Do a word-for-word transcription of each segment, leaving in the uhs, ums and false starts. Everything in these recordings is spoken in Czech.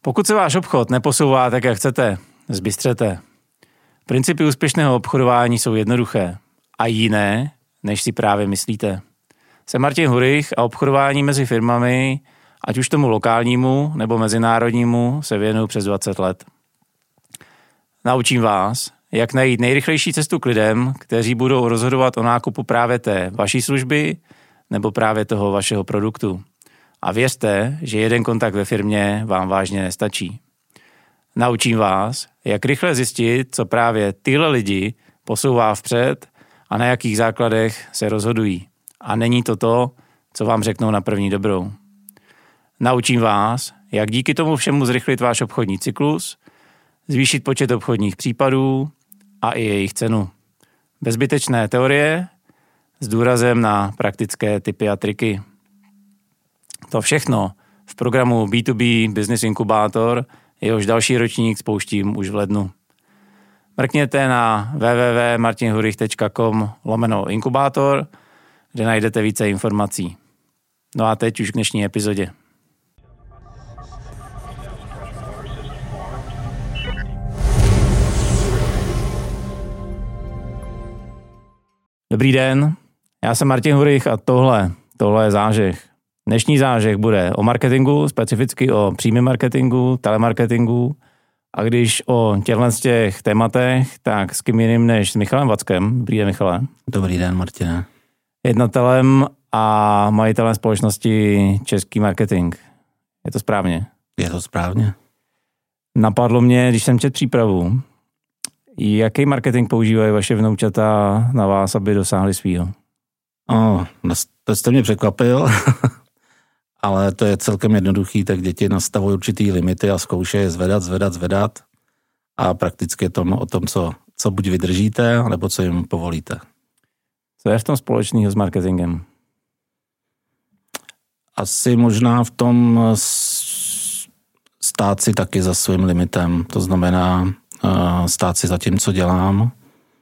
Pokud se váš obchod neposouvá tak, jak chcete, zbystřete. Principy úspěšného obchodování jsou jednoduché a jiné, než si právě myslíte. Jsem Martin Hurich a obchodování mezi firmami, ať už tomu lokálnímu nebo mezinárodnímu, se věnuju přes dvacet let. Naučím vás, jak najít nejrychlejší cestu k lidem, kteří budou rozhodovat o nákupu právě té vaší služby nebo právě toho vašeho produktu. A věřte, že jeden kontakt ve firmě vám vážně nestačí. Naučím vás, jak rychle zjistit, co právě tyhle lidi posouvá vpřed a na jakých základech se rozhodují. A není to to, co vám řeknou na první dobrou. Naučím vás, jak díky tomu všemu zrychlit váš obchodní cyklus, zvýšit počet obchodních případů a i jejich cenu. Bez zbytečné teorie, s důrazem na praktické tipy a triky. To všechno v programu bé dvě bé Business Inkubator, jehož další ročník spouštím už v lednu. Mrkněte na w w w tečka martin hurich tečka com lomeno inkubátor, kde najdete více informací. No a teď už k dnešní epizodě. Dobrý den, já jsem Martin Hurich a tohle, tohle je zážeh. Dnešní zážeh bude o marketingu, specificky o přímém marketingu, telemarketingu. A když o těchto těch tématech, tak s kým jiným než s Michalem Vackem. Dobrý den, Michale. Dobrý den, Martine. Jednatelem a majitelem společnosti Český marketing. Je to správně? Je to správně. Napadlo mě, když jsem četl přípravu, jaký marketing používají vaše vnoučata na vás, aby dosáhli svýho? Oh, to jste mě překvapil, ale to je celkem jednoduchý, tak děti nastavují určitý limity a zkoušejí zvedat, zvedat, zvedat a prakticky je to o tom, co, co buď vydržíte, nebo co jim povolíte. Co je v tom společného s marketingem? Asi možná v tom stát si taky za svým limitem, to znamená stát si za tím, co dělám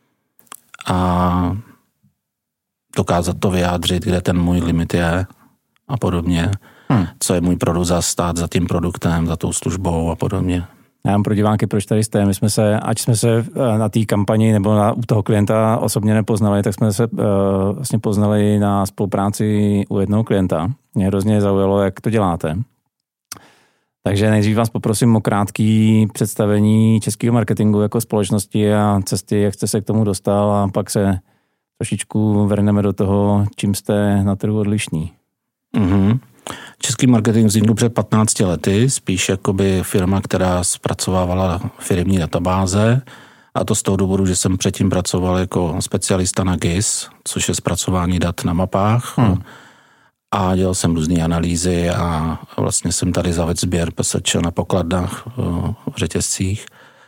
a dokázat to vyjádřit, kde ten můj limit je a podobně. Hmm. Co je můj produkt za stát za tím produktem, za tou službou a podobně. Já mám pro diváky, proč tady jste. My jsme se, ať jsme se na té kampani nebo na, u toho klienta osobně nepoznali, tak jsme se uh, vlastně poznali na spolupráci u jednoho klienta. Mě hrozně zaujalo, jak to děláte. Takže nejdřív vás poprosím o krátké představení českého marketingu jako společnosti a cesty, jak jste se k tomu dostal, a pak se trošičku vrhneme do toho, čím jste na trhu odlišní. Mm-hmm. Český marketing vznikl před patnácti lety, spíš jakoby firma, která zpracovávala firemní databáze, a to z toho důvodu, že jsem předtím pracoval jako specialista na G I S, což je zpracování dat na mapách. Hmm. A dělal jsem různé analýzy a vlastně jsem tady zavedl sběr P S Č na pokladnách v řetězcích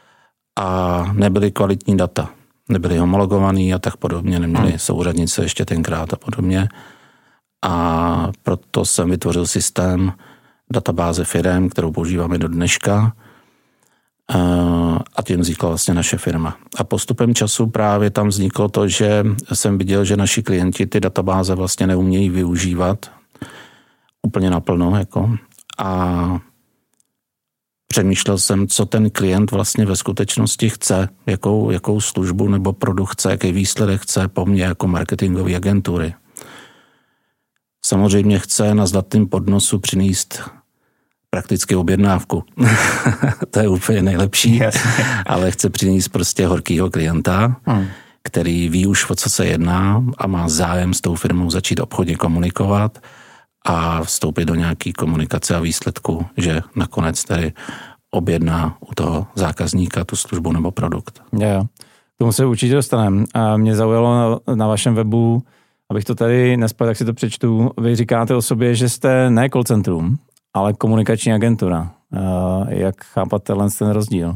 a nebyly kvalitní data. Nebyly homologovaný a tak podobně, neměli hmm. souřadnice ještě tenkrát a podobně. A proto jsem vytvořil systém databáze firem, kterou používáme do dneška, a tím vznikla vlastně naše firma. A postupem času právě tam vzniklo to, že jsem viděl, že naši klienti ty databáze vlastně neumějí využívat úplně naplno. Jako. A přemýšlel jsem, co ten klient vlastně ve skutečnosti chce, jakou, jakou službu nebo produkt chce, jaký výsledek chce po mně jako marketingové agentury. Samozřejmě chce na zlatém podnosu přinést prakticky objednávku. To je úplně nejlepší, yes. Ale chce přinést prostě horkýho klienta, hmm. který ví už, o co se jedná a má zájem s tou firmou začít obchodně komunikovat a vstoupit do nějaký komunikace a výsledku, že nakonec tedy objedná u toho zákazníka tu službu nebo produkt. Jo, k tomu se určitě dostaneme. A mě zaujalo na, na vašem webu, abych to tady nespal, tak si to přečtu. Vy říkáte o sobě, že jste ne call centrum, ale komunikační agentura. Jak chápat tenhle ten rozdíl?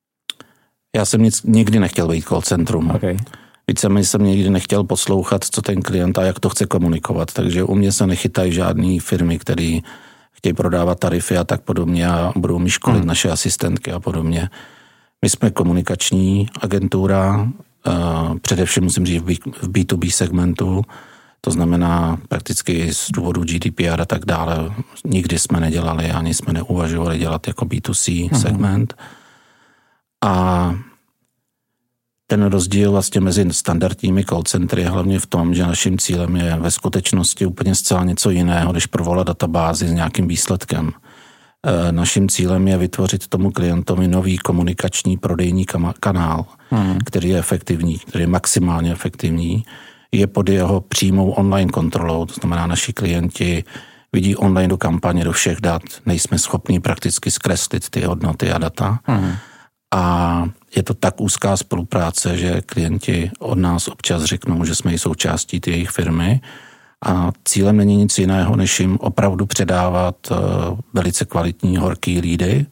Já jsem nic, nikdy nechtěl být call centrum. Okay. Víceméně jsem nikdy nechtěl poslouchat, co ten klient a jak to chce komunikovat. Takže u mě se nechytají žádný firmy, které chtějí prodávat tarify a tak podobně a budou mi školit hmm. naše asistentky a podobně. My jsme komunikační agentura, především musím říct v bé dvě bé segmentu, To znamená prakticky z důvodu G D P R a tak dále nikdy jsme nedělali, ani jsme neuvažovali dělat jako B two C mm-hmm. segment. A ten rozdíl vlastně mezi standardními call centry je hlavně v tom, že naším cílem je ve skutečnosti úplně zcela něco jiného, než provolat databázi s nějakým výsledkem. E, naším cílem je vytvořit tomu klientovi nový komunikační prodejní kanál, hmm. který je efektivní, který je maximálně efektivní, je pod jeho přímou online kontrolou, to znamená naši klienti vidí online do kampaně, do všech dat, nejsme schopni prakticky zkreslit ty hodnoty a data. Hmm. A je to tak úzká spolupráce, že klienti od nás občas řeknou, že jsme i součástí ty jejich firmy a cílem není nic jiného, než jim opravdu předávat velice kvalitní horký lídy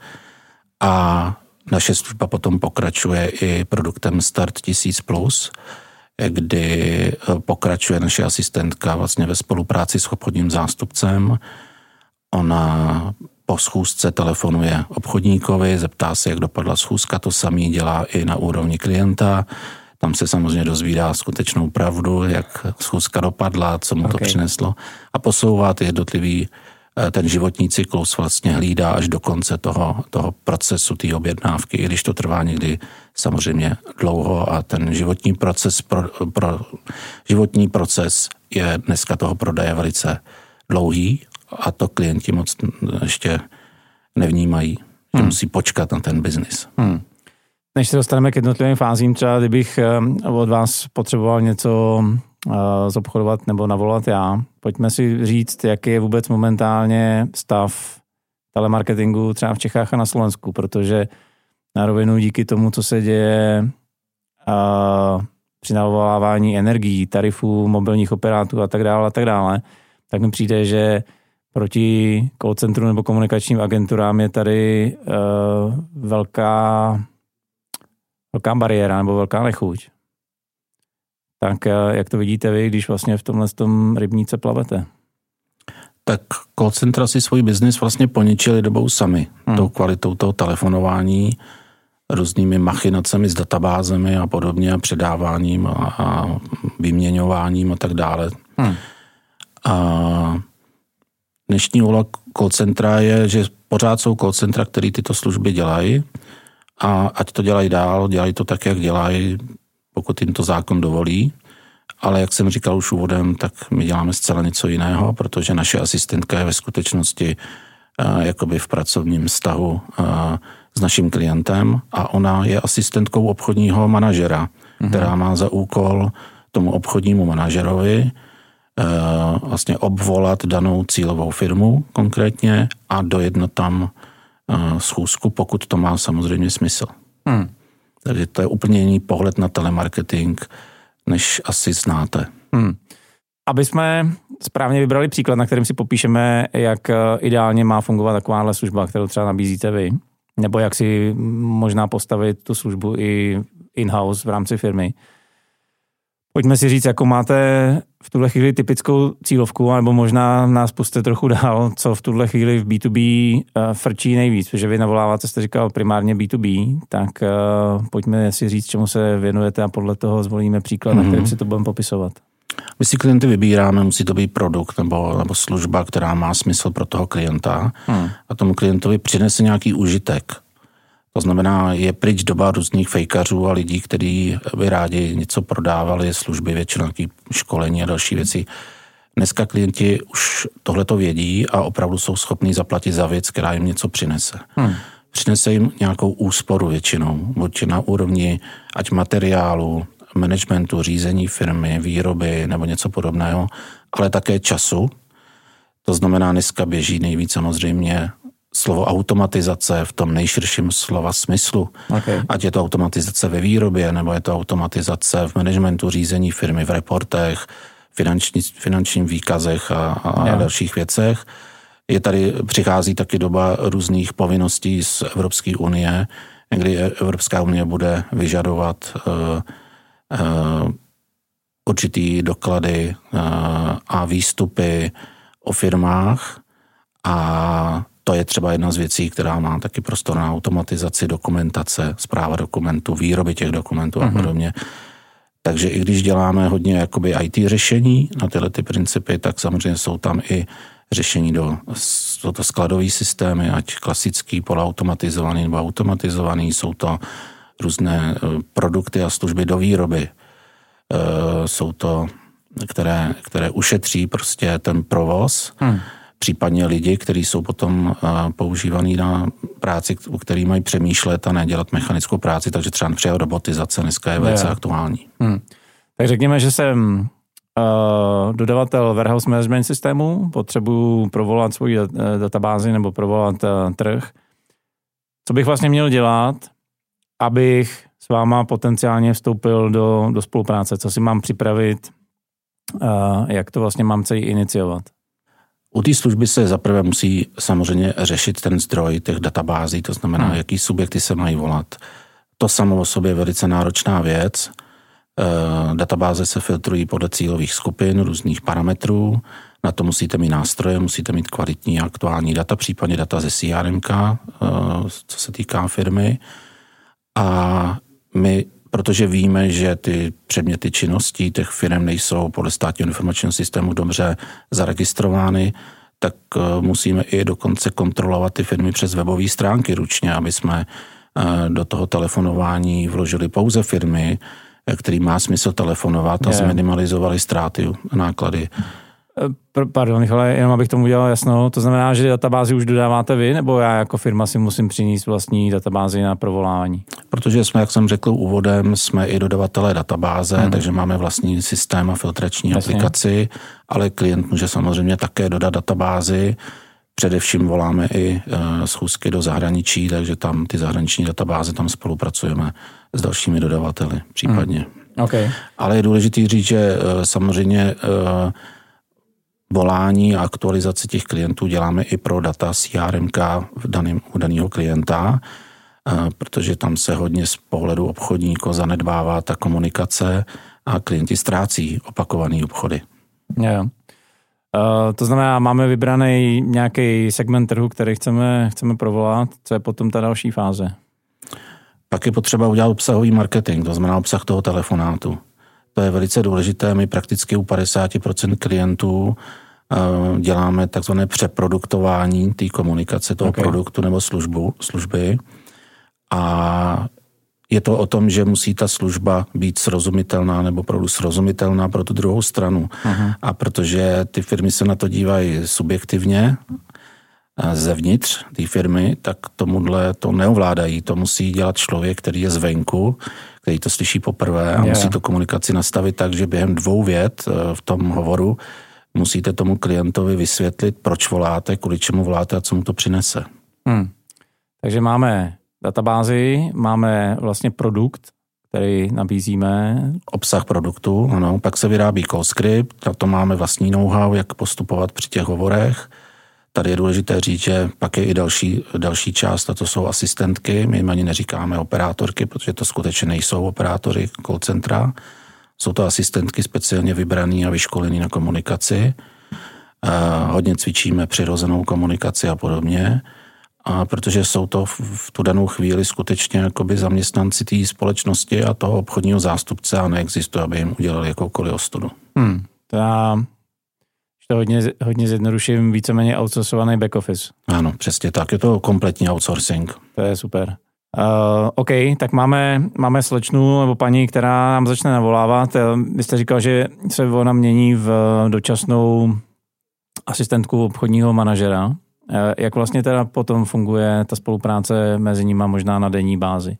a naše služba potom pokračuje i produktem Start tisíc plus, kdy pokračuje naše asistentka vlastně ve spolupráci s obchodním zástupcem. Ona po schůzce telefonuje obchodníkovi, zeptá se, jak dopadla schůzka, to samý dělá i na úrovni klienta. Tam se samozřejmě dozvídá skutečnou pravdu, jak schůzka dopadla, co mu okay. to přineslo a posouvá ty jednotlivý, ten životní cyklus vlastně hlídá až do konce toho, toho procesu, té objednávky, i když to trvá někdy samozřejmě dlouho a ten životní proces, pro, pro, životní proces je dneska toho prodeje velice dlouhý, a to klienti moc ještě nevnímají, že hmm. musí počkat na ten biznis. Hmm. Než se dostaneme k jednotlivým fázím, třeba kdybych od vás potřeboval něco zobchodovat nebo navolat já, pojďme si říct, jaký je vůbec momentálně stav telemarketingu třeba v Čechách a na Slovensku, protože na rovinu díky tomu, co se děje při navolávání energií, tarifů, mobilních operátů a tak dále a tak dále, tak mi přijde, že proti call centru nebo komunikačním agenturám je tady uh, velká, velká bariéra nebo velká nechuť. Tak uh, jak to vidíte vy, když vlastně v tomhle tom rybníce plavete? Tak call centra si svůj biznis vlastně poničili dobou sami. Hmm. Tou kvalitou toho telefonování, různými machinacemi s databázemi a podobně a předáváním a, a vyměňováním a tak dále. Hmm. A dnešní úloha call centra je, že pořád jsou call centra, který tyto služby dělají a ať to dělají dál, dělají to tak, jak dělají, pokud jim to zákon dovolí. Ale jak jsem říkal už úvodem, tak my děláme zcela něco jiného, protože naše asistentka je ve skutečnosti uh, jakoby v pracovním vztahu uh, s naším klientem a ona je asistentkou obchodního manažera, mm-hmm. která má za úkol tomu obchodnímu manažerovi vlastně obvolat danou cílovou firmu konkrétně a dojednat tam schůzku, pokud to má samozřejmě smysl. Hmm. Takže to je úplně jiný pohled na telemarketing, než asi znáte. Hmm. Aby jsme správně vybrali příklad, na kterém si popíšeme, jak ideálně má fungovat takováhle služba, kterou třeba nabízíte vy, nebo jak si možná postavit tu službu i in-house v rámci firmy. Pojďme si říct, jako máte v tuhle chvíli typickou cílovku, nebo možná nás pustíte trochu dál, co v tuhle chvíli v B two B uh, frčí nejvíc, protože vy navoláváte, jste říkal, primárně B two B, tak uh, pojďme si říct, čemu se věnujete a podle toho zvolíme příklad, mm-hmm. na kterém si to budeme popisovat. My si klienty vybíráme, musí to být produkt nebo, nebo služba, která má smysl pro toho klienta hmm. a tomu klientovi přinese nějaký užitek. To znamená, je pryč doba různých fejkařů a lidí, kteří by rádi něco prodávali, služby, většinou nějaké školení a další věci. Dneska klienti už tohleto vědí a opravdu jsou schopní zaplatit za věc, která jim něco přinese. Hmm. Přinese jim nějakou úsporu většinou, buď na úrovni ať materiálu, managementu, řízení firmy, výroby nebo něco podobného, ale také času. To znamená, dneska běží nejvíc samozřejmě slovo automatizace v tom nejširším slova smyslu. Okay. Ať je to automatizace ve výrobě, nebo je to automatizace v managementu, řízení firmy, v reportech, finanční, finančním výkazech a, a yeah. dalších věcech. Je tady, přichází taky doba různých povinností z Evropské unie, kdy Evropská unie bude vyžadovat uh, uh, určitý doklady uh, a výstupy o firmách a to je třeba jedna z věcí, která má taky prostor na automatizaci, dokumentace, správa dokumentů, výroby těch dokumentů mm-hmm. a podobně. Takže i když děláme hodně jakoby í té řešení na tyhle ty principy, tak samozřejmě jsou tam i řešení do jsou to skladové systémy, ať klasický, polautomatizovaný nebo automatizovaný, jsou to různé produkty a služby do výroby. Jsou to, které, které ušetří prostě ten provoz, hmm. případně lidi, kteří jsou potom používaný na práci, u který mají přemýšlet a ne dělat mechanickou práci, takže třeba třeba robotizace dneska je velice aktuální. Hmm. Tak řekněme, že jsem uh, dodavatel warehouse management systému, potřebuji provolat svoji databázi nebo provolat uh, trh. Co bych vlastně měl dělat, abych s váma potenciálně vstoupil do, do spolupráce? Co si mám připravit? Uh, jak to vlastně mám celý iniciovat? U té služby se zaprvé musí samozřejmě řešit ten zdroj těch databází, to znamená, hmm. jaký subjekty se mají volat. To samo o sobě je velice náročná věc. Uh, databáze se filtrují podle cílových skupin, různých parametrů. Na to musíte mít nástroje, musíte mít kvalitní a aktuální data, případně data ze C R M ka, uh, co se týká firmy. A my, protože víme, že ty předměty činností těch firm nejsou podle státního informačního systému dobře zaregistrovány, tak musíme i dokonce kontrolovat ty firmy přes webové stránky ručně, aby jsme do toho telefonování vložili pouze firmy, který má smysl telefonovat a zminimalizovali ztráty a náklady. Pardon, Michale, jenom abych tomu udělal jasno. To znamená, že databázi už dodáváte vy, nebo já jako firma si musím přinést vlastní databázi na provolávání? Protože jsme, jak jsem řekl úvodem, jsme i dodavatelé databáze, hmm. takže máme vlastní systém a filtrační Jasně. aplikaci, ale klient může samozřejmě také dodat databázi. Především voláme i schůzky do zahraničí, takže tam ty zahraniční databáze, tam spolupracujeme s dalšími dodavateli případně. Hmm. Okay. Ale je důležité říct, že samozřejmě volání a aktualizaci těch klientů děláme i pro data C R M ka v daným, u daného klienta, protože tam se hodně z pohledu obchodníka zanedbává ta komunikace a klienti ztrácí opakované obchody. Jo. Uh, to znamená, máme vybraný nějaký segment trhu, který chceme, chceme provolat. Co je potom ta další fáze? Pak je potřeba udělat obsahový marketing, to znamená obsah toho telefonátu. To je velice důležité. My prakticky u padesát procent klientů uh, děláme takzvané přeproduktování té komunikace toho okay. produktu nebo službu, služby. A je to o tom, že musí ta služba být srozumitelná nebo produkt srozumitelná pro tu druhou stranu. Uh-huh. A protože ty firmy se na to dívají subjektivně, zevnitř té firmy, tak tomuhle to neovládají. To musí dělat člověk, který je zvenku, který to slyší poprvé a yeah. musí to komunikaci nastavit tak, že během dvou vět v tom hovoru musíte tomu klientovi vysvětlit, proč voláte, kvůli čemu voláte a co mu to přinese. Hmm. Takže máme databázi, máme vlastně produkt, který nabízíme. Obsah produktu, ano. Pak se vyrábí call script, na to máme vlastní know-how, jak postupovat při těch hovorech. Tady je důležité říct, že pak je i další, další část, a to jsou asistentky. My jim ani neříkáme operátorky, protože to skutečně nejsou operátory call centra. Jsou to asistentky speciálně vybraný a vyškolený na komunikaci. Uh, hodně cvičíme přirozenou komunikaci a podobně. A protože jsou to v, v tu danou chvíli skutečně jakoby zaměstnanci té společnosti a toho obchodního zástupce a neexistuje, aby jim udělali jakoukoliv ostudu. Hmm, to já to hodně, hodně zjednoduším, víceméně outsourcovaný back office. Ano, přesně tak. Je to kompletní outsourcing. To je super. Uh, OK, tak máme, máme slečnu nebo paní, která nám začne navolávat. Vy jste říkal, že se ona mění v dočasnou asistentku obchodního manažera. Jak vlastně teda potom funguje ta spolupráce mezi nimi možná na denní bázi?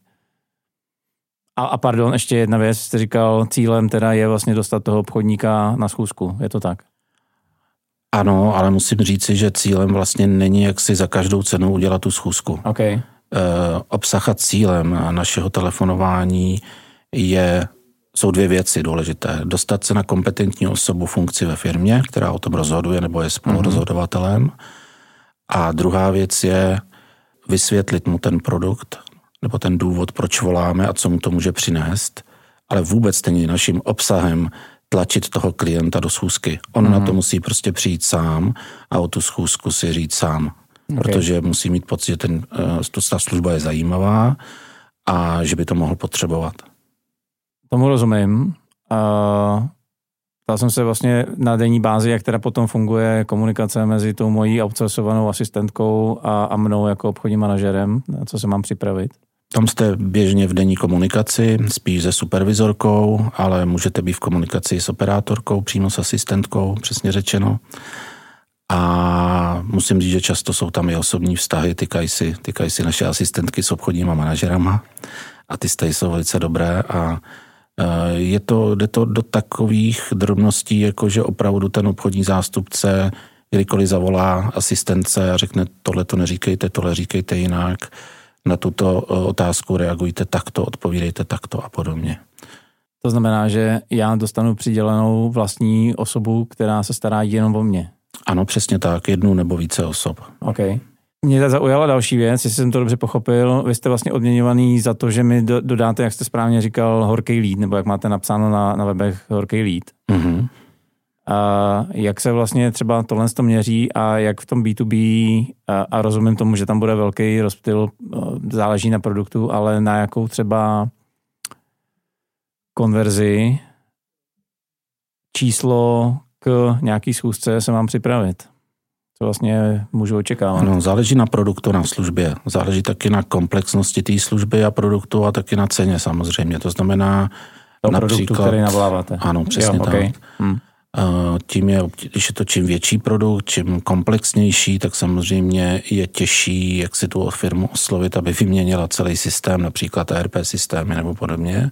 A, a pardon, ještě jedna věc, jste říkal, cílem teda je vlastně dostat toho obchodníka na schůzku, je to tak? Ano, ale musím říci, že cílem vlastně není, jak si za každou cenu udělat tu schůzku. Okay. E, obsah a cílem našeho telefonování je, jsou dvě věci důležité. Dostat se na kompetentní osobu funkci ve firmě, která o tom rozhoduje nebo je spolurozhodovatelem. Mm-hmm. A druhá věc je vysvětlit mu ten produkt nebo ten důvod, proč voláme a co mu to může přinést, ale vůbec není naším obsahem tlačit toho klienta do schůzky. On mm. na to musí prostě přijít sám a o tu schůzku si říct sám, okay. protože musí mít pocit, že ten, ta služba je zajímavá a že by to mohl potřebovat. Tomu rozumím. Uh, ptal jsem se vlastně na denní bázi, jak teda potom funguje komunikace mezi tou mojí outsourcovanou asistentkou a, a mnou jako obchodním manažerem, na co se mám připravit. Tam jste běžně v denní komunikaci, spíš se supervizorkou, ale můžete být v komunikaci s operátorkou, přímo s asistentkou, přesně řečeno. A musím říct, že často jsou tam i osobní vztahy, týkají si, týkají si naše asistentky s obchodníma manažerama a ty vztahy jsou velice dobré a je to, jde to do takových drobností, jako že opravdu ten obchodní zástupce, kdykoliv zavolá asistence a řekne tohle to neříkejte, tohle říkejte jinak, na tuto otázku reagujte takto, odpovídejte takto a podobně. To znamená, že já dostanu přidělenou vlastní osobu, která se stará jenom o mě. Ano, přesně tak, jednu nebo více osob. OK. Mě zaujala další věc, jestli jsem to dobře pochopil. Vy jste vlastně odměňovaný za to, že mi do, dodáte, jak jste správně říkal, horký lead, nebo jak máte napsáno na, na webech horký lead. Mm-hmm. A jak se vlastně třeba tohle to měří a jak v tom bé dvě bé, a, a rozumím tomu, že tam bude velký rozptyl, záleží na produktu, ale na jakou třeba konverzi číslo k nějaký schůzce se mám připravit. Co vlastně můžu očekávat? No, záleží na produktu, na službě. Záleží taky na komplexnosti té služby a produktu a taky na ceně samozřejmě. To znamená to například... produktu, který navoláváte. Ano, přesně jo, tak. Okay. Hmm. Tím je, když je to čím větší produkt, čím komplexnější, tak samozřejmě je těžší, jak si tu firmu oslovit, aby vyměnila celý systém, například E R P systémy nebo podobně.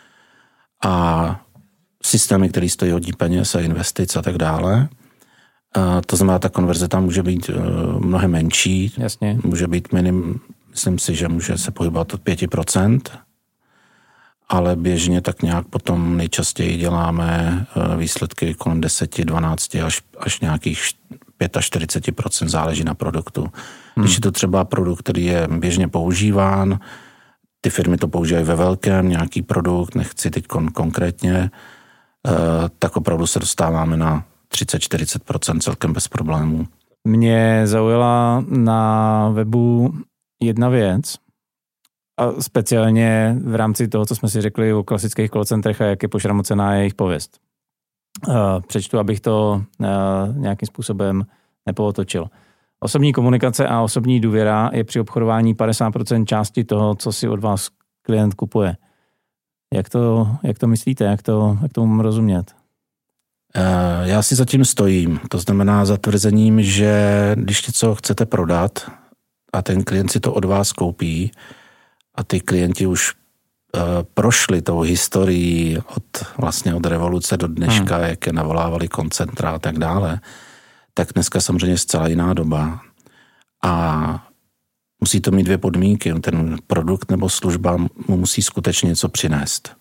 A systémy, které stojí hodně peněz a investic a tak dále. A to znamená, ta konverze tam může být mnohem menší. Jasně. Může být minim, myslím si, že může se pohybovat od pět procent, ale běžně tak nějak potom nejčastěji děláme výsledky kolem deset, dvanáct až, až nějakých čtyřicet pět procent, záleží na produktu. Hmm. Když je to třeba produkt, který je běžně používán, ty firmy to používají ve velkém, nějaký produkt, nechci teď kon, konkrétně, tak opravdu se dostáváme na třicet až čtyřicet procent celkem bez problémů. Mě zaujala na webu jedna věc, a speciálně v rámci toho, co jsme si řekli o klasických call centrech a jak je pošramocená jejich pověst. Přečtu, abych to nějakým způsobem nepootočil. Osobní komunikace a osobní důvěra je při obchodování padesát procent části toho, co si od vás klient kupuje. Jak to, jak to myslíte? Jak to, jak to mám rozumět? Já si zatím stojím. To znamená za tvrzením, že když něco chcete prodat a ten klient si to od vás koupí a ty klienti už uh, prošli tou historií od, vlastně od revoluce do dneška, hmm. jak je navolávali koncentra a tak dále, tak dneska samozřejmě je zcela jiná doba. A musí to mít dvě podmínky. Ten produkt nebo služba mu musí skutečně něco přinést.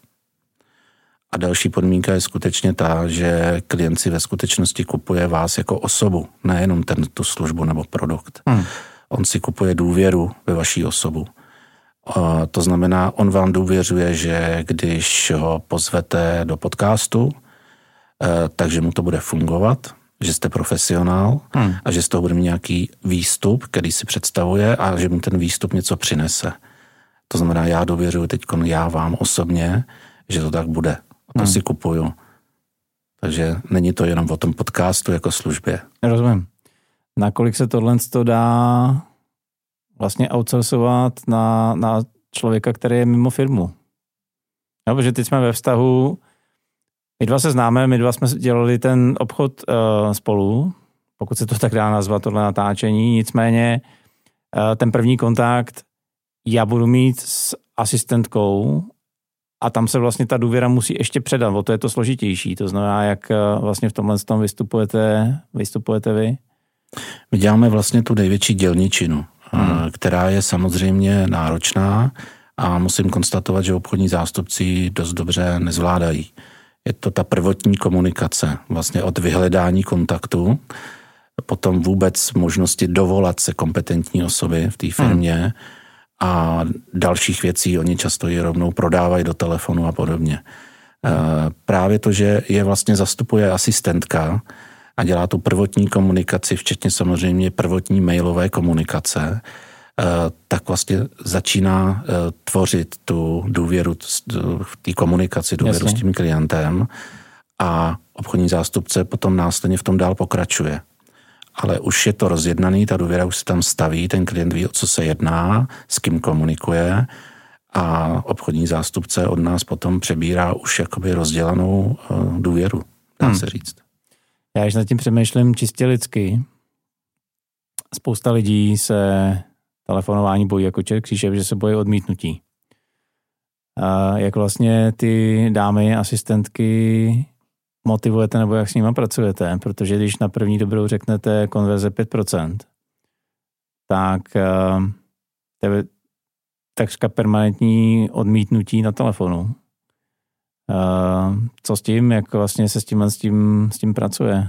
A další podmínka je skutečně ta, že klient si ve skutečnosti kupuje vás jako osobu, nejenom ten, tu službu nebo produkt. Hmm. On si kupuje důvěru ve vaší osobu. A to znamená, on vám důvěřuje, že když ho pozvete do podcastu, takže mu to bude fungovat, že jste profesionál hmm. a že z toho bude mít nějaký výstup, který si představuje a že mu ten výstup něco přinese. To znamená, já důvěřuji teď já vám osobně, že to tak bude. A to hmm. si kupuju. Takže není to jenom o tom podcastu jako službě. Rozumím. Nakolik se tohle dá vlastně outsourcovat na, na člověka, který je mimo firmu? No, protože teď jsme ve vztahu, my dva se známe, my dva jsme dělali ten obchod uh, spolu, pokud se to tak dá nazvat, tohle natáčení, nicméně uh, ten první kontakt já budu mít s asistentkou a tam se vlastně ta důvěra musí ještě předat, o to je to složitější, to znamená, jak uh, vlastně v tomhle tom vystupujete, vystupujete vy? My děláme vlastně tu největší dělničinu, hmm. která je samozřejmě náročná a musím konstatovat, že obchodní zástupci dost dobře nezvládají. Je to ta prvotní komunikace, vlastně od vyhledání kontaktu, potom vůbec možnosti dovolat se kompetentní osoby v té firmě hmm. a dalších věcí, oni často ji rovnou prodávají do telefonu a podobně. Hmm. Právě to, že je vlastně zastupuje asistentka a dělá tu prvotní komunikaci, včetně samozřejmě prvotní mailové komunikace, tak vlastně začíná tvořit tu důvěru v té komunikaci, důvěru Jasně. s tím klientem a obchodní zástupce potom následně v tom dál pokračuje. Ale už je to rozjednaný, ta důvěra už se tam staví, ten klient ví, o co se jedná, s kým komunikuje a obchodní zástupce od nás potom přebírá už jakoby rozdělanou důvěru, dá hmm. se říct. Já když nad tím přemýšlím čistě lidsky, spousta lidí se telefonování bojí jako čert křížem, že se bojí odmítnutí. A jak vlastně ty dámy, asistentky motivujete nebo jak s nimi pracujete, protože když na první dobrou řeknete konverze pět procent, tak to je takřka permanentní odmítnutí na telefonu. Co s tím, jak vlastně se s tím, s tím, s tím pracuje?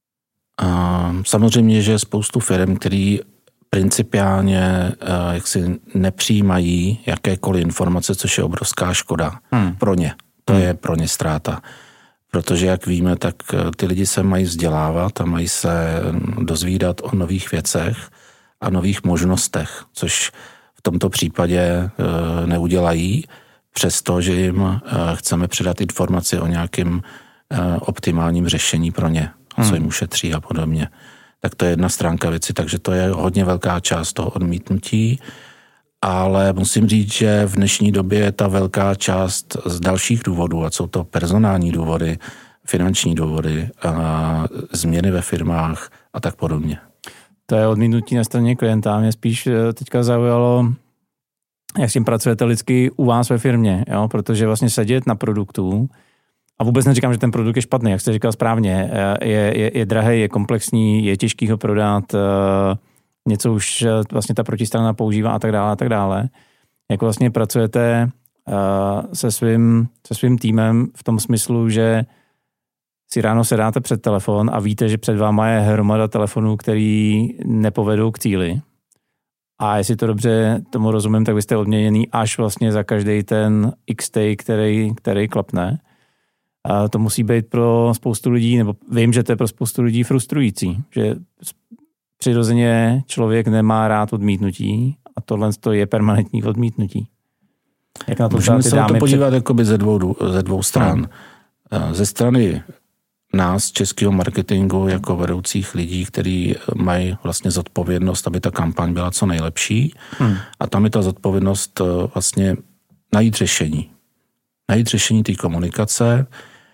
Samozřejmě, že je spoustu firm, který principiálně jaksi nepřijímají jakékoliv informace, což je obrovská škoda hmm. pro ně. To hmm. je pro ně ztráta. Protože, jak víme, tak ty lidi se mají vzdělávat a mají se dozvídat o nových věcech a nových možnostech, což v tomto případě neudělají, přestože jim chceme předat informaci o nějakém optimálním řešení pro ně, co hmm. jim ušetří a podobně. Tak to je jedna stránka věci, takže to je hodně velká část toho odmítnutí, ale musím říct, že v dnešní době je ta velká část z dalších důvodů, a jsou to personální důvody, finanční důvody, a změny ve firmách a tak podobně. To je odmítnutí na straně klienta. Mě spíš teďka zaujalo, jak s tím pracujete lidsky u vás ve firmě, jo? Protože vlastně sedět na produktu, a vůbec neříkám, že ten produkt je špatný, jak jste říkal správně, je, je, je drahý, je komplexní, je těžký ho prodat, něco už vlastně ta protistrana používá a tak dále a tak dále. Jak vlastně pracujete se svým, se svým týmem v tom smyslu, že si ráno sedáte před telefon a víte, že před váma je hromada telefonů, který nepovedou k cíli. A jestli to dobře tomu rozumím, tak vy jste odměněný až vlastně za každý ten X-tay, který, který klapne. A to musí být pro spoustu lidí, nebo vím, že to je pro spoustu lidí frustrující, že přirozeně člověk nemá rád odmítnutí a tohle je permanentní odmítnutí. Jak na to můžeme se na to podívat před... jakoby ze dvou, ze dvou stran. Hmm. Ze strany nás, českého marketingu, jako vedoucích lidí, kteří mají vlastně zodpovědnost, aby ta kampaň byla co nejlepší. Hmm. A tam je ta zodpovědnost vlastně najít řešení. Najít řešení té komunikace.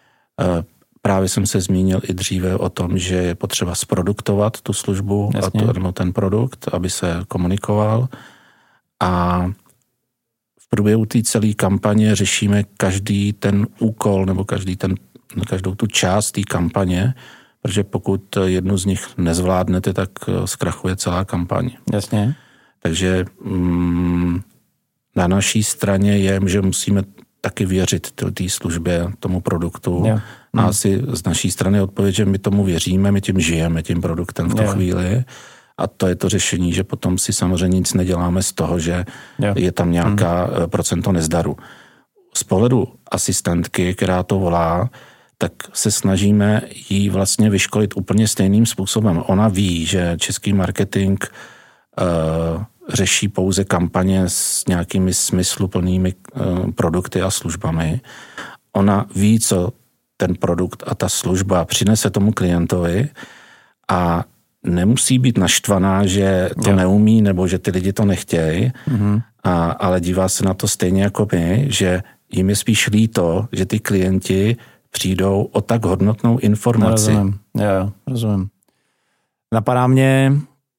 Právě jsem se zmínil i dříve o tom, že je potřeba zproduktovat tu službu a to, ten produkt, aby se komunikoval. A v průběhu té celé kampaně řešíme každý ten úkol nebo každý ten, každou tu část té kampaně, protože pokud jednu z nich nezvládnete, tak zkrachuje celá kampaň. Jasně. Takže mm, na naší straně je, že musíme taky věřit té službě, tomu produktu. Yeah. Mm. A asi z naší strany odpověď, že my tomu věříme, my tím žijeme, tím produktem v tu yeah. chvíli. A to je to řešení, že potom si samozřejmě nic neděláme z toho, že yeah. je tam nějaká mm. procento nezdaru. Z pohledu asistentky, která to volá, tak se snažíme jí vlastně vyškolit úplně stejným způsobem. Ona ví, že český marketing uh, řeší pouze kampaně s nějakými smysluplnými uh, produkty a službami. Ona ví, co ten produkt a ta služba přinese tomu klientovi a nemusí být naštvaná, že to jo. neumí nebo že ty lidi to nechtějí, mm-hmm. a, ale dívá se na to stejně jako my, že jim je spíš líto, že ty klienti přijdou o tak hodnotnou informaci. Rozumím, jo, rozumím. Napadá mě,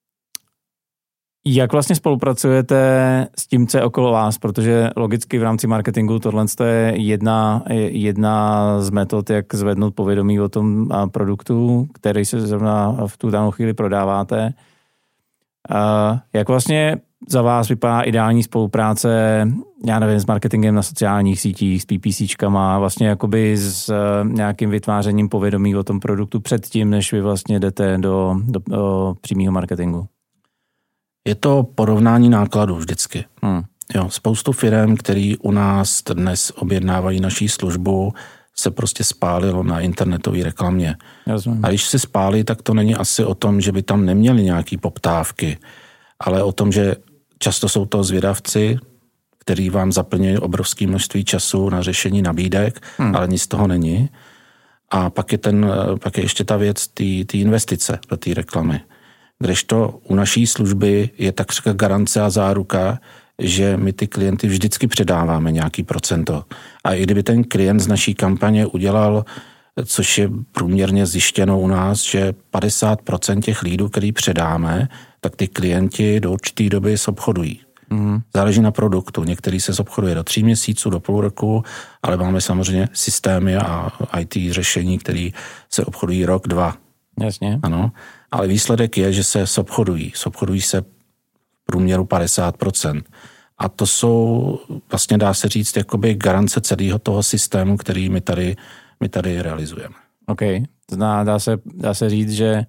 jak vlastně spolupracujete s tím, co je okolo vás, protože logicky v rámci marketingu tohle je jedna, jedna z metod, jak zvednout povědomí o tom produktu, který se zrovna v tu danou chvíli prodáváte. Jak vlastně za vás vypadá ideální spolupráce, já nevím, s marketingem na sociálních sítích, s PPCčkama, vlastně jakoby s nějakým vytvářením povědomí o tom produktu předtím, než vy vlastně jdete do, do, do přímého marketingu? Je to porovnání nákladů vždycky. Hmm. Jo, spoustu firem, který u nás dnes objednávají naší službu, se prostě spálilo na internetové reklamě. Rozumím. A když se spálí, tak to není asi o tom, že by tam neměli nějaký poptávky, ale o tom, že často jsou to zvědavci, který vám zaplňují obrovské množství času na řešení nabídek, hmm. ale nic z toho není. A pak je, ten, pak je ještě ta věc té investice do té reklamy. Kdežto u naší služby je takřka garance a záruka, že my ty klienty vždycky předáváme nějaký procento. A i kdyby ten klient z naší kampaně udělal, což je průměrně zjištěno u nás, že padesát procent těch lídů, který předáme, tak ty klienti do určité doby sobchodují. Mm. Záleží na produktu. Některý se zobchoduje do tří měsíců, do půl roku, ale máme samozřejmě systémy a í té řešení, které se obchodují rok, dva. Jasně. Ano. Ale výsledek je, že se sobchodují. Sobchodují se v průměru padesát procent. A to jsou, vlastně dá se říct, jakoby garance celého toho systému, který my tady, my tady realizujeme. OK. To zná, dá se, dá se říct, že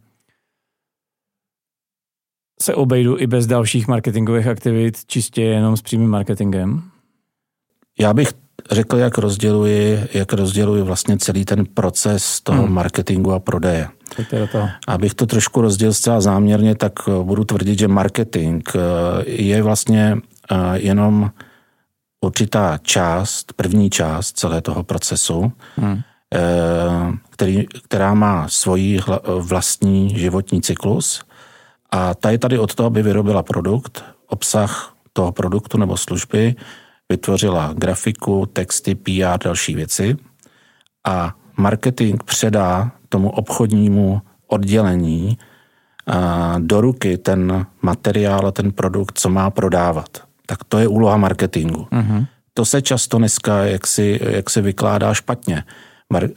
se obejdu i bez dalších marketingových aktivit, čistě jenom s přímým marketingem? Já bych řekl, jak rozděluji, jak rozděluji vlastně celý ten proces toho hmm. marketingu a prodeje. To. Abych to trošku rozdělil zcela záměrně, tak budu tvrdit, že marketing je vlastně jenom určitá část, první část celé toho procesu, hmm. který, která má svůj vlastní životní cyklus. A ta je tady od toho, aby vyrobila produkt, obsah toho produktu nebo služby, vytvořila grafiku, texty, P R, další věci. A marketing předá tomu obchodnímu oddělení a do ruky ten materiál a ten produkt, co má prodávat. Tak to je úloha marketingu. Mm-hmm. To se často dneska, jak si, jak si vykládá špatně. Mar-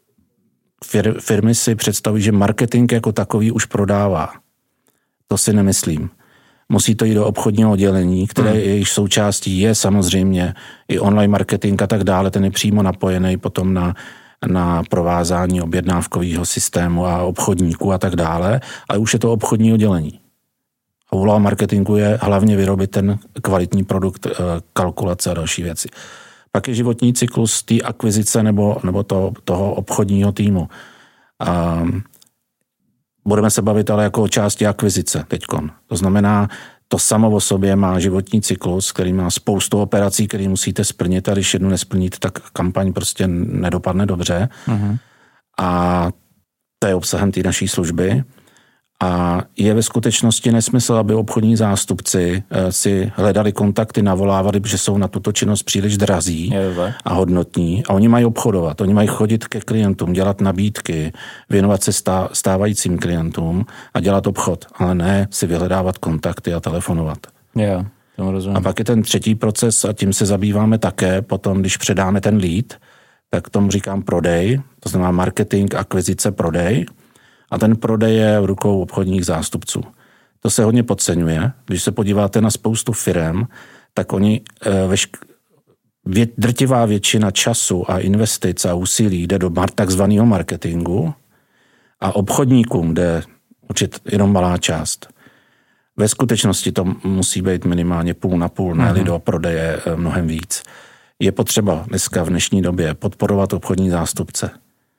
fir- firmy si představují, že marketing jako takový už prodává. To si nemyslím. Musí to jít do obchodního oddělení, které hmm. jejich součástí je samozřejmě i online marketing a tak dále, ten je přímo napojený potom na, na provázání objednávkového systému a obchodníků a tak dále, ale už je to obchodní oddělení. A úloha marketingu je hlavně vyrobit ten kvalitní produkt, kalkulace a další věci. Pak je životní cyklus té akvizice nebo, nebo to, toho obchodního týmu. A budeme se bavit ale jako o části akvizice teďkon. To znamená, to samo o sobě má životní cyklus, který má spoustu operací, které musíte splnit a když jednu nesplníte, tak kampaň prostě nedopadne dobře. Uh-huh. A to je obsahem té naší služby. A je ve skutečnosti nesmysl, aby obchodní zástupci si hledali kontakty, navolávali, protože jsou na tuto činnost příliš drazí a hodnotní. A oni mají obchodovat, oni mají chodit ke klientům, dělat nabídky, věnovat se stávajícím klientům a dělat obchod, ale ne si vyhledávat kontakty a telefonovat. Yeah, tomu rozumím. A pak je ten třetí proces a tím se zabýváme také potom, když předáme ten lead, tak tomu říkám prodej, to znamená marketing, akvizice, prodej. A ten prodej je v rukou obchodních zástupců. To se hodně podceňuje. Když se podíváte na spoustu firem, tak oni vešk- vě- drtivá většina času a investic a úsilí jde do takzvaného marketingu a obchodníkům jde určitě jenom malá část. Ve skutečnosti to musí být minimálně půl na půl, ne-li do prodeje mnohem víc. Je potřeba dneska v dnešní době podporovat obchodní zástupce.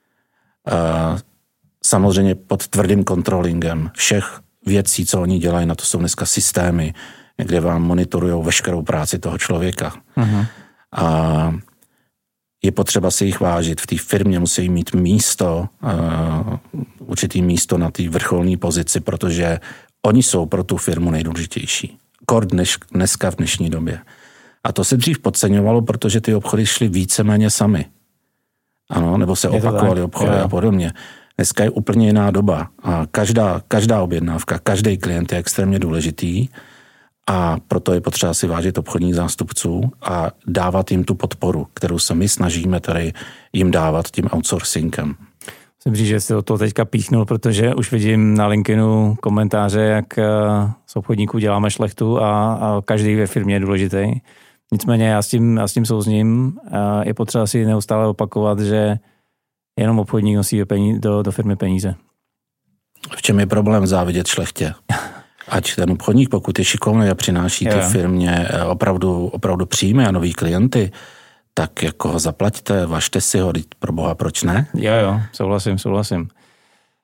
Uh, Samozřejmě pod tvrdým kontrolingem všech věcí, co oni dělají, na to jsou dneska systémy, kde vám monitorují veškerou práci toho člověka. Uh-huh. A je potřeba si jich vážit. V té firmě musí mít místo, uh, určitý místo na té vrcholné pozici, protože oni jsou pro tu firmu nejdůležitější. Kor dneš, dneska v dnešní době. A to se dřív podceňovalo, protože ty obchody šly víceméně sami. Ano, nebo se opakovaly obchody a podobně. Dneska je úplně jiná doba a každá, každá objednávka, každý klient je extrémně důležitý a proto je potřeba si vážit obchodních zástupců a dávat jim tu podporu, kterou se my snažíme tady jim dávat tím outsourcingem. Musím říct, že jsi o to teďka píchnul, protože už vidím na LinkedInu komentáře, jak z obchodníků děláme šlechtu a, a každý ve firmě je důležitý. Nicméně já s tím, já s tím souzním. Je potřeba si neustále opakovat, že jenom obchodník nosí do, peníze, do, do firmy peníze. V čem je problém závidět šlechtě? Ať ten obchodník, pokud je šikovný a přináší té firmě opravdu, opravdu příjmy a nový klienty, tak jako ho zaplaťte, važte si ho, pro boha, proč ne? Jo, jo, souhlasím, souhlasím.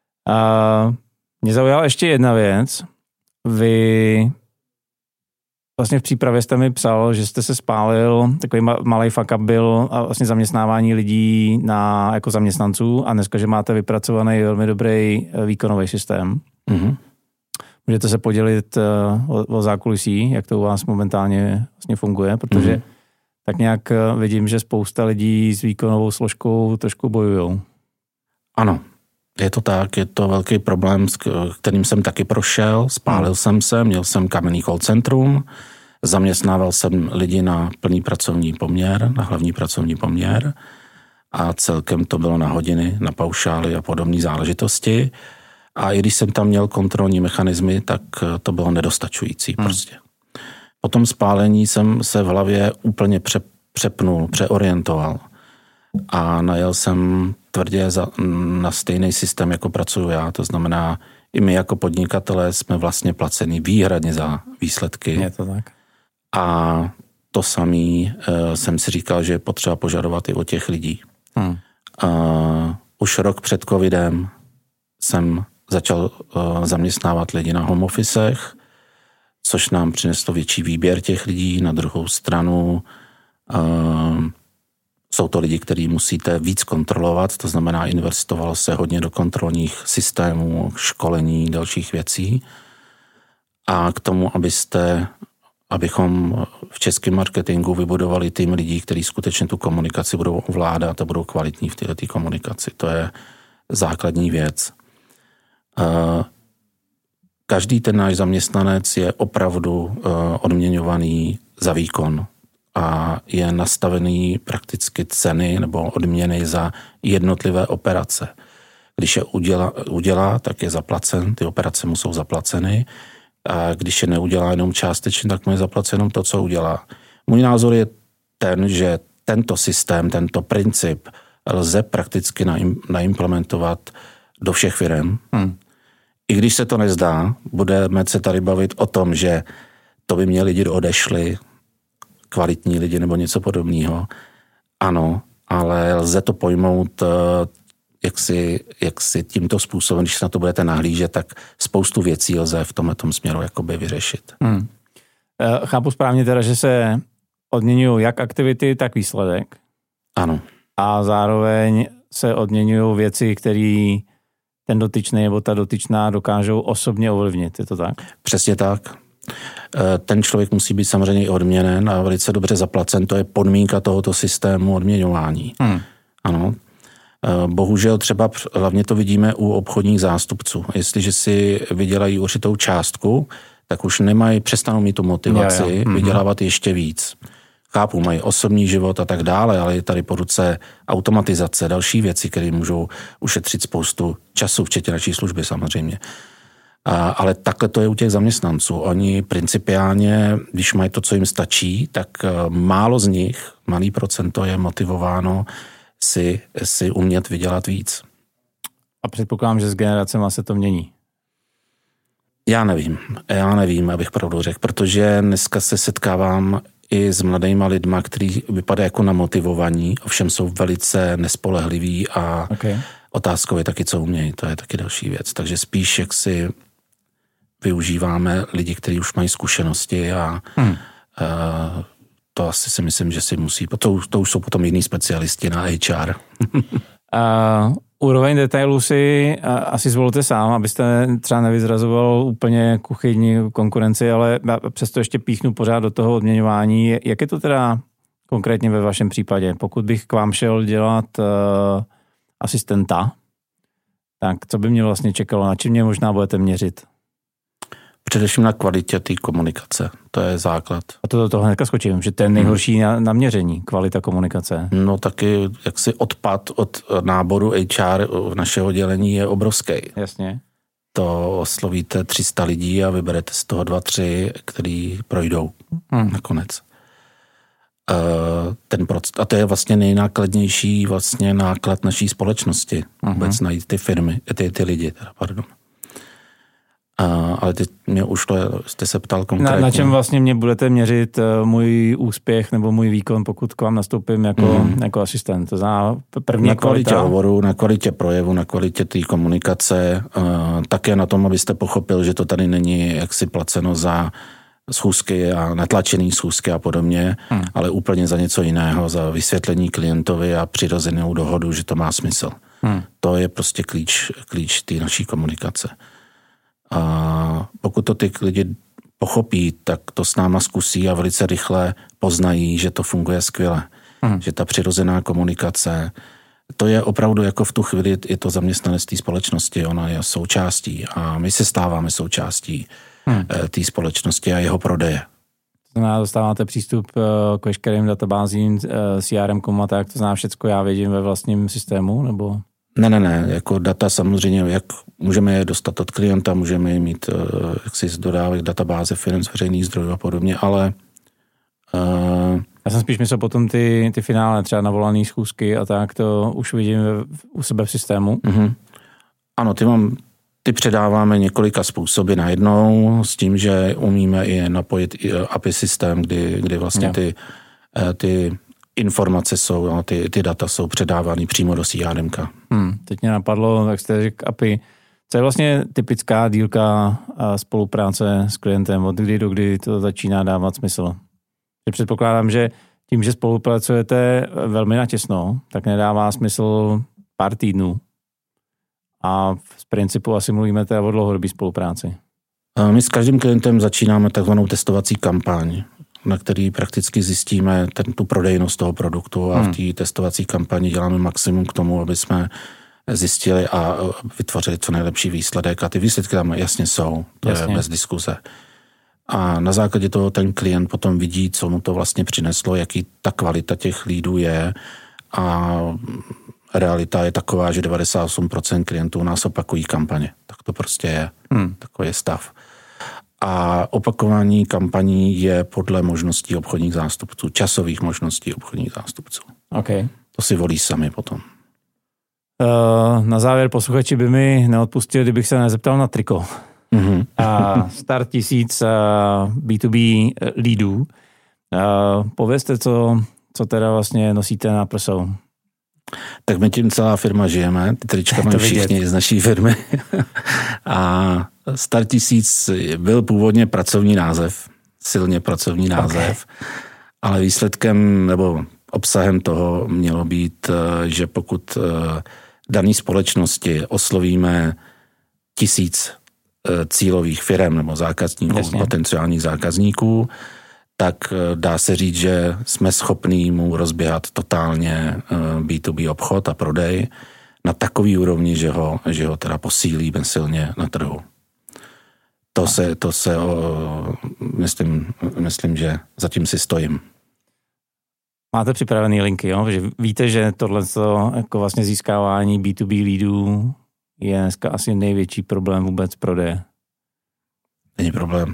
A mě zaujala ještě jedna věc. Vy Vlastně v přípravě jste mi psal, že jste se spálil, takový malej fuck up byl a vlastně zaměstnávání lidí na, jako zaměstnanců a dneska, že máte vypracovaný velmi dobrý výkonový systém. Mm-hmm. Můžete se podělit o, o zákulisí, jak to u vás momentálně vlastně funguje, protože mm-hmm. tak nějak vidím, že spousta lidí s výkonovou složkou trošku bojujou. Ano, je to tak, je to velký problém, s kterým jsem taky prošel, spálil hmm. jsem se, měl jsem kamenný call centrum, zaměstnával jsem lidi na plný pracovní poměr, na hlavní pracovní poměr a celkem to bylo na hodiny, na paušály a podobné záležitosti. A i když jsem tam měl kontrolní mechanismy, tak to bylo nedostačující hmm. prostě. Po tom spálení jsem se v hlavě úplně pře, přepnul, přeorientoval a najel jsem tvrdě za, na stejný systém, jako pracuju já. To znamená, i my jako podnikatelé jsme vlastně placeni výhradně za výsledky. Je to tak. A to samý e, jsem si říkal, že je potřeba požadovat i od těch lidí. Hmm. A už rok před covidem jsem začal e, zaměstnávat lidi na home officech, což nám přineslo větší výběr těch lidí. Na druhou stranu e, jsou to lidi, kteří musíte víc kontrolovat, to znamená, investovalo se hodně do kontrolních systémů, školení, dalších věcí. A k tomu, abyste, abychom v českém marketingu vybudovali tým lidí, kteří skutečně tu komunikaci budou ovládat a budou kvalitní v této komunikaci. To je základní věc. Každý ten náš zaměstnanec je opravdu odměňovaný za výkon a je nastavený prakticky ceny nebo odměny za jednotlivé operace. Když je udělá, udělá, tak je zaplacen, ty operace mu jsou zaplaceny a když je neudělá jenom částečně, tak mu je zaplaceno to, co udělá. Můj názor je ten, že tento systém, tento princip lze prakticky naimplementovat do všech firem. Hmm. I když se to nezdá, budeme se tady bavit o tom, že to by mě lidi odešli, kvalitní lidi nebo něco podobného. Ano, ale lze to pojmout jaksi, jaksi tímto způsobem, když se na to budete nahlížet, tak spoustu věcí lze v tomto směru jakoby vyřešit. Hmm. Chápu správně teda, že se odměňují jak aktivity, tak výsledek. Ano. A zároveň se odměňují věci, které ten dotyčný nebo ta dotyčná dokážou osobně ovlivnit. Je to tak? Přesně tak. Ten člověk musí být samozřejmě odměněn a velice dobře zaplacen. To je podmínka tohoto systému odměňování. Hmm. Ano. Bohužel třeba hlavně to vidíme u obchodních zástupců. Jestliže si vydělají určitou částku, tak už nemají, přestanou mít tu motivaci jo, jo. vydělávat ještě víc. Chápu, mají osobní život a tak dále, ale je tady po ruce automatizace, další věci, které můžou ušetřit spoustu času, včetně naší služby samozřejmě. A, ale takhle to je u těch zaměstnanců. Oni principiálně, když mají to, co jim stačí, tak málo z nich, malý procento je motivováno si, si umět vydělat víc. A předpokládám, že s generacema se to mění. Já nevím, já nevím, abych pravdu řekl, protože dneska se setkávám i s mladýma lidma, kteří vypadají jako namotivovaní, ovšem jsou velice nespolehliví a okay. Otázkou je taky, co umějí, to je taky další věc. Takže spíš, jak si využíváme lidi, kteří už mají zkušenosti a hmm. uh, to asi si myslím, že si musí, to, to už jsou potom jiní specialisti na H R. uh, úroveň detailů si uh, asi zvolte sám, abyste třeba nevyzrazoval úplně kuchyni konkurenci, ale přesto ještě píchnu pořád do toho odměňování. Jak je to teda konkrétně ve vašem případě? Pokud bych k vám šel dělat uh, asistenta, tak co by mě vlastně čekalo? Na čím mě možná budete měřit? Především na kvalitě té komunikace. To je základ. A to do toho hnedka skočím, že to je nejhorší hmm. na, na měření, kvalita komunikace. No taky jaksi odpad od náboru H R v našeho dělení je obrovský. Jasně. To oslovíte tři sta lidí a vyberete z toho dva, tři, který projdou hmm. nakonec. Uh, ten proces, a to je vlastně nejnákladnější vlastně náklad naší společnosti. Uh-huh. Vůbec najít ty firmy, ty, ty lidi, teda, pardon. Uh, ale teď mě ušlo, jste se ptal konkrétně. Na, na čem vlastně mě budete měřit uh, můj úspěch nebo můj výkon, pokud k vám nastoupím jako, mm. jako asistent? To znamená první na kvalitě kvalita. hovoru, na kvalitě projevu, na kvalitě té komunikace, uh, také na tom, abyste pochopil, že to tady není jaksi placeno za schůzky a natlačený schůzky a podobně, hmm. ale úplně za něco jiného, za vysvětlení klientovi a přirozenou dohodu, že to má smysl. Hmm. To je prostě klíč, klíč té naší komunikace. A pokud to ty lidi pochopí, tak to s náma zkusí a velice rychle poznají, že to funguje skvěle. Hmm. Že ta přirozená komunikace, to je opravdu jako v tu chvíli je to zaměstnanec té společnosti, ona je součástí a my se stáváme součástí hmm. té společnosti a jeho prodeje. To znamená, dostáváte přístup k veškerým databázím, C R M kom a tak, to znamená všecko já vědím ve vlastním systému, nebo? Ne, ne, ne, jako data samozřejmě, jak můžeme je dostat od klienta, můžeme je mít jaksi z dodávek databáze firm z veřejných zdrojů a podobně, ale uh, já jsem spíš myslel potom ty, ty finále, třeba navolaný schůzky a tak, to už vidím u sebe v systému. Uh-huh. Ano, ty mám, ty předáváme několika způsoby najednou, s tím, že umíme i napojit i A P I systém, kdy, kdy vlastně ty, ty informace jsou a ty, ty data jsou předávány přímo do C R M ka. Hmm, teď mě napadlo, tak jste řekl A P I. Co je vlastně typická dílka a spolupráce s klientem? Od kdy do kdy to začíná dávat smysl? Předpokládám, že tím, že spolupracujete velmi natěsno, tak nedává smysl pár týdnů. A z principu asi mluvíme teda o dlouhodobé spolupráci. My s každým klientem začínáme takzvanou testovací kampaň, na který prakticky zjistíme ten, tu prodejnost toho produktu a hmm. v té testovací kampani děláme maximum k tomu, aby jsme zjistili a vytvořili co nejlepší výsledek. A ty výsledky tam jasně jsou, to jasně. je bez diskuze. A na základě toho ten klient potom vidí, co mu to vlastně přineslo, jaký ta kvalita těch lídů je a realita je taková, že devadesát osm procent klientů nás opakují kampaně. Tak to prostě je. Hmm. Takový je stav. A opakování kampaní je podle možností obchodních zástupců, časových možností obchodních zástupců. Okay. To si volí sami potom. Uh, na závěr posluchači by mi neodpustili, kdybych se nezeptal na triko. Mm-hmm. A start tisíc uh, B dvě B lídů. Uh, povězte, co, co teda vlastně nosíte na prsou. Tak my tím celá firma žijeme. Ty trička mají všichni z naší firmy. A start tisíc byl původně pracovní název, silně pracovní název, okay. ale výsledkem nebo obsahem toho mělo být, že pokud dané společnosti oslovíme tisíc cílových firem nebo zákazníků, Jasně. potenciálních zákazníků, tak dá se říct, že jsme schopní mu rozběhat totálně B dvě B obchod a prodej na takový úrovni, že ho, že ho teda posílíme silně na trhu. To se, to se o, myslím, myslím, že zatím si stojím. Máte připravený linky, jo? Že víte, že tohle jako vlastně získávání B dvě B lídů je dneska asi největší problém vůbec prodeje. Není problém.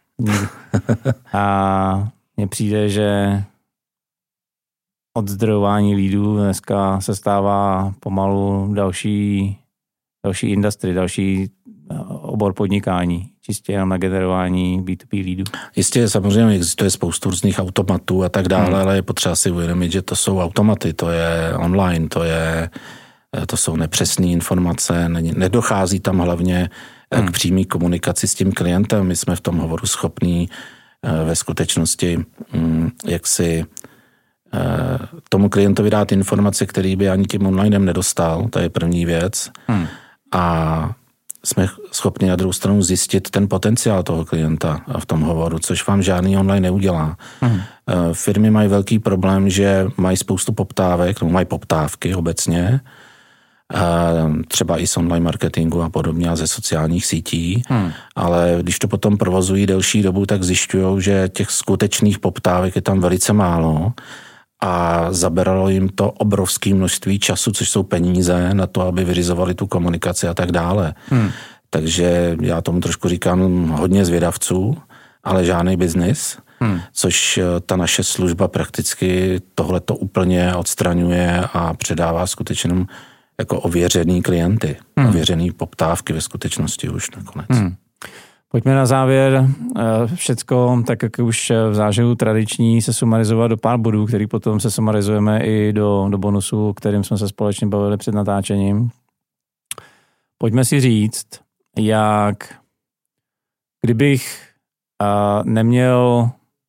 A mně přijde, že odzdrojování lídů dneska se stává pomalu další, další industry, další obor podnikání, čistě jenom na generování B dvě B lídů. Jistě, samozřejmě existuje spoustu různých automatů a tak dále, hmm. ale je potřeba si uvědomit, že to jsou automaty, to je online, to je to jsou nepřesné informace, nedochází tam hlavně hmm. k přímé komunikaci s tím klientem. My jsme v tom hovoru schopní ve skutečnosti jak si tomu klientovi dát informace, který by ani tím onlinem nedostal, to je první věc. Hmm. A jsme schopni na druhou stranu zjistit ten potenciál toho klienta v tom hovoru, což vám žádný online neudělá. Hmm. Firmy mají velký problém, že mají spoustu poptávek, nebo mají poptávky obecně, třeba i z online marketingu a podobně a ze sociálních sítí, hmm. ale když to potom provozují delší dobu, tak zjišťují, že těch skutečných poptávek je tam velice málo a zaberalo jim to obrovské množství času, což jsou peníze na to, aby vyřizovali tu komunikaci a tak dále. Hmm. Takže já tomu trošku říkám hodně zvědavců, ale žádný biznis, hmm. což ta naše služba prakticky tohleto úplně odstraňuje a předává skutečně jako ověřený klienty, hmm. ověřený poptávky ve skutečnosti už nakonec. Hmm. Pojďme na závěr všecko, tak jak už v záživu tradiční, se sumarizovat do pár bodů, který potom se sumarizujeme i do, do bonusu, o kterým jsme se společně bavili před natáčením. Pojďme si říct, jak kdybych a neměl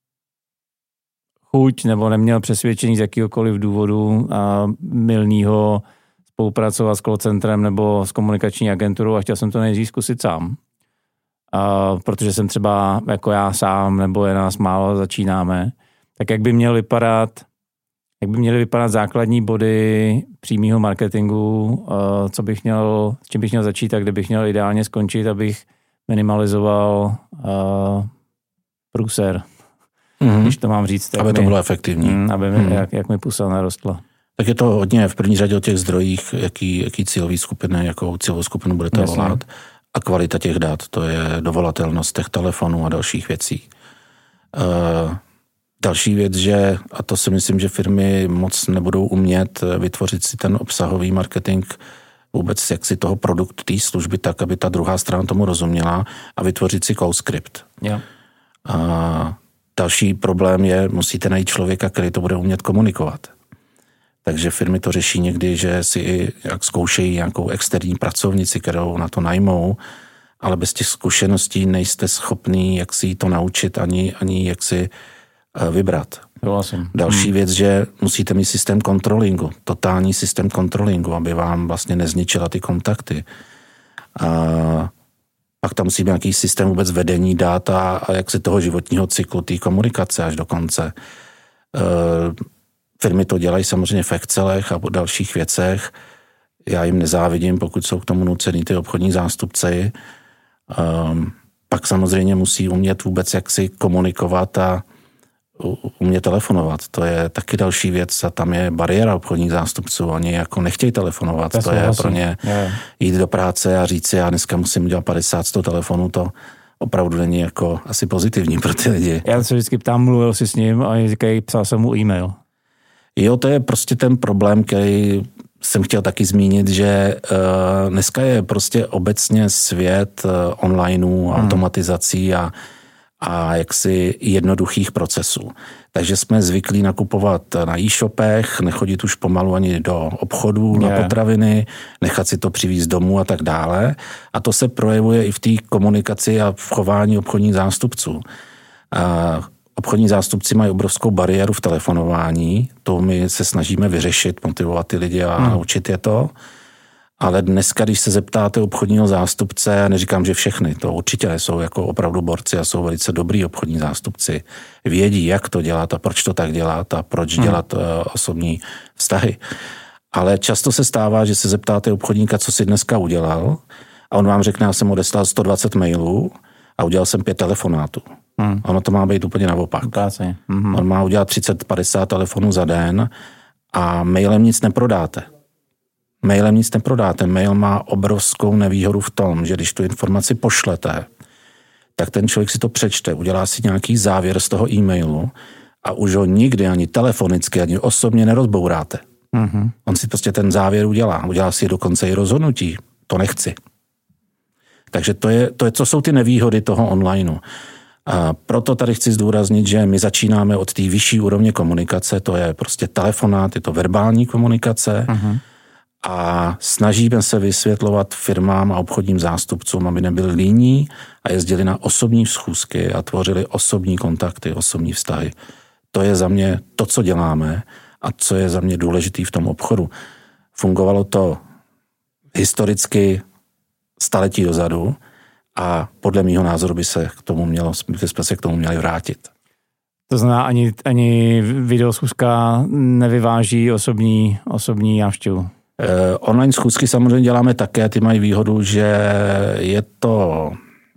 chuť nebo neměl přesvědčení z jakýhokoliv důvodu a milného spolupracovat s call centrem nebo s komunikační agenturou a chtěl jsem to nejdřív zkusit sám. A protože jsem třeba jako já sám nebo je nás málo začínáme, tak jak by měl vypadat, jak by měly vypadat základní body přímého marketingu, co bych měl, s čím bych měl začít a kde bych měl ideálně skončit, abych minimalizoval uh, průser. Mm-hmm. Když to mám říct. Aby to mi, bylo efektivní. Mm, aby mi, mm. jak, jak mi pusa narostla. Tak je to hodně v první řadě o těch zdrojích, jaký, jaký cílový skupiny, jakou cílovou skupinu budete Jasně. volat a kvalita těch dat, to je dovolatelnost těch telefonů a dalších věcí. Uh, další věc, že, a to si myslím, že firmy moc nebudou umět vytvořit si ten obsahový marketing vůbec jaksi toho produktu, té služby tak, aby ta druhá strana tomu rozuměla a vytvořit si call script. Yeah. A další problém je, musíte najít člověka, který to bude umět komunikovat. Takže firmy to řeší někdy, že si jak zkoušejí nějakou externí pracovnici, kterou na to najmou, ale bez těch zkušeností nejste schopný, jak si to naučit, ani, ani jak si vybrat. Vlastně. Další hmm. věc, že musíte mít systém kontrolingu, totální systém kontrolingu, aby vám vlastně nezničila ty kontakty. A pak tam musí být nějaký systém vůbec vedení dat a, a jak se toho životního cyklu, té komunikace až do konce. E, firmy to dělají samozřejmě v Excelech a po dalších věcech. Já jim nezávidím, pokud jsou k tomu nucený ty obchodní zástupci. E, pak samozřejmě musí umět vůbec jaksi komunikovat a umět telefonovat. To je taky další věc a tam je bariéra obchodních zástupců. Oni jako nechtějí telefonovat. To, to je vlastně pro ně je. Jít do práce a říct si, já dneska musím udělat padesát sto telefonů, to opravdu není jako asi pozitivní pro ty lidi. Já se vždycky ptám, mluvil jsi s ním a oni říkají, psal jsem mu e-mail. Jo, to je prostě ten problém, který jsem chtěl taky zmínit, že uh, dneska je prostě obecně svět uh, onlineu, hmm. automatizací a a jaksi jednoduchých procesů. Takže jsme zvyklí nakupovat na e-shopech, nechodit už pomalu ani do obchodů, yeah. na potraviny, nechat si to přivízt domů a tak dále. A to se projevuje i v té komunikaci a v chování obchodních zástupců. A obchodní zástupci mají obrovskou bariéru v telefonování, to my se snažíme vyřešit, motivovat ty lidi a hmm. naučit je to. Ale dneska, když se zeptáte obchodního zástupce, já neříkám, že všechny, to určitě jsou jako opravdu borci a jsou velice dobrý obchodní zástupci, vědí, jak to dělat a proč to tak dělat a proč hmm. dělat uh, osobní vztahy. Ale často se stává, že se zeptáte obchodníka, co si dneska udělal a on vám řekne, já jsem odeslal sto dvacet mailů a udělal jsem pět telefonátů. Hmm. Ono to má být úplně naopak. Hmm. On má udělat třicet padesát telefonů za den a mailem nic neprodáte. Mailem nic neprodáte. Mail má obrovskou nevýhodu v tom, že když tu informaci pošlete, tak ten člověk si to přečte, udělá si nějaký závěr z toho e-mailu a už ho nikdy ani telefonicky, ani osobně nerozbouráte. Mm-hmm. On si prostě ten závěr udělá. Udělá si dokonce i rozhodnutí. To nechci. Takže to je, to je, co jsou ty nevýhody toho onlineu. A proto tady chci zdůraznit, že my začínáme od té vyšší úrovně komunikace, to je prostě telefonát, je to verbální komunikace, mm-hmm. a snažíme se vysvětlovat firmám a obchodním zástupcům, aby nebyli líní a jezdili na osobní schůzky a tvořili osobní kontakty, osobní vztahy. To je za mě to, co děláme a co je za mě důležitý v tom obchodu. Fungovalo to historicky staletí dozadu a podle mýho názoru by se k tomu mělo, by jsme se k tomu měli vrátit. To znamená, ani, ani videoschůzka nevyváží osobní, osobní návštěvu. Eh, online schůzky samozřejmě děláme také, ty mají výhodu, že je to...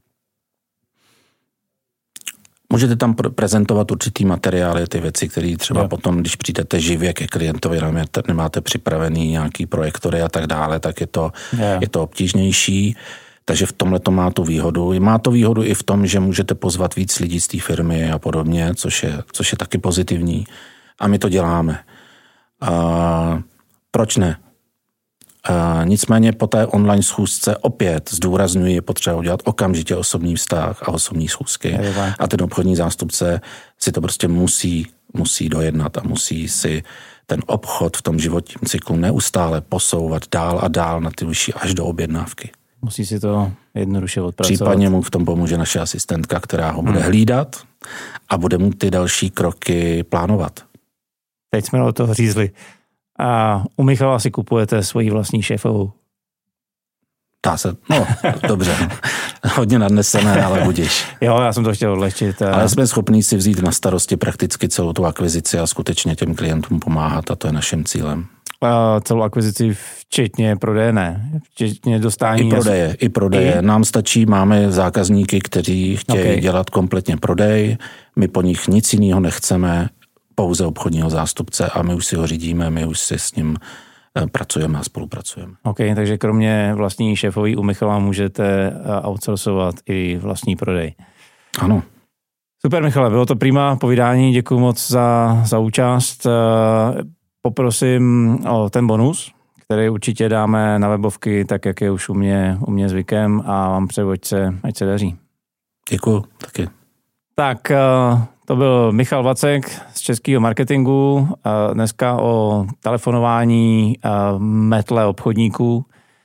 Můžete tam prezentovat určitý materiály, ty věci, které třeba jo. potom, když přijdete živě ke klientovi, nemáte připravený nějaký projektory a tak dále, tak je to, je to obtížnější. Takže v tomhle to má tu výhodu. Má to výhodu i v tom, že můžete pozvat víc lidí z té firmy a podobně, což je, což je taky pozitivní. A my to děláme. A proč ne? A nicméně po té online schůzce opět zdůrazňuji, je potřeba udělat okamžitě osobní vztah a osobní schůzky. A ten obchodní zástupce si to prostě musí, musí dojednat a musí si ten obchod v tom životním cyklu neustále posouvat dál a dál na ty vyšší až do objednávky. Musí si to jednoduše odpracovat. Případně mu v tom pomůže naše asistentka, která ho bude hmm. hlídat a bude mu ty další kroky plánovat. Teď jsme do toho řízli. A u Michala si kupujete svoji vlastní šéfovou. Dá se, no, dobře. Hodně nadnesené, ale budiš. Jo, já jsem to chtěl odlehčit. A... Ale jsme schopní si vzít na starosti prakticky celou tu akvizici a skutečně těm klientům pomáhat a to je naším cílem. A celou akvizici včetně prodeje, ne? Včetně dostání... I prodeje, i prodeje. I... Nám stačí, máme zákazníky, kteří chtějí okay. dělat kompletně prodej, my po nich nic jiného nechceme, pouze obchodního zástupce a my už si ho řídíme, my už si s ním pracujeme a spolupracujeme. OK, takže kromě vlastní šéfový u Michala můžete outsourcovat i vlastní prodej. Ano. Super, Michale, bylo to prima povídání, děkuji moc za, za účast. Poprosím o ten bonus, který určitě dáme na webovky, tak jak je už u mě, u mě zvykem a vám přeju, ať se, ať se daří. Děkuji, taky. Tak to byl Michal Vacek z českého marketingu. Dneska o telefonování metle obchodníků.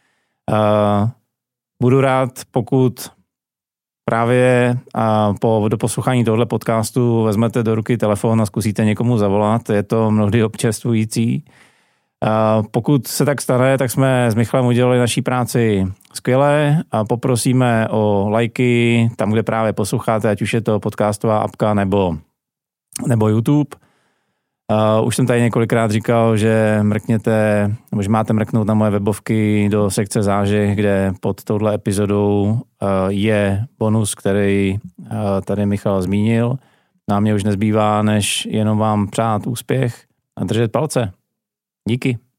Budu rád, pokud právě po doposlouchání tohoto podcastu vezmete do ruky telefon a zkusíte někomu zavolat. Je to mnohdy občerstvující. Pokud se tak stane, tak jsme s Michalem udělali naší práci skvěle a poprosíme o lajky tam, kde právě posloucháte, ať už je to podcastová apka nebo, nebo YouTube. Uh, už jsem tady několikrát říkal, že mrkněte, nebo že máte mrknout na moje webovky do sekce zážeh, kde pod touhle epizodou uh, je bonus, který uh, tady Michal zmínil. Nám mě už nezbývá, než jenom vám přát úspěch a držet palce. Díky.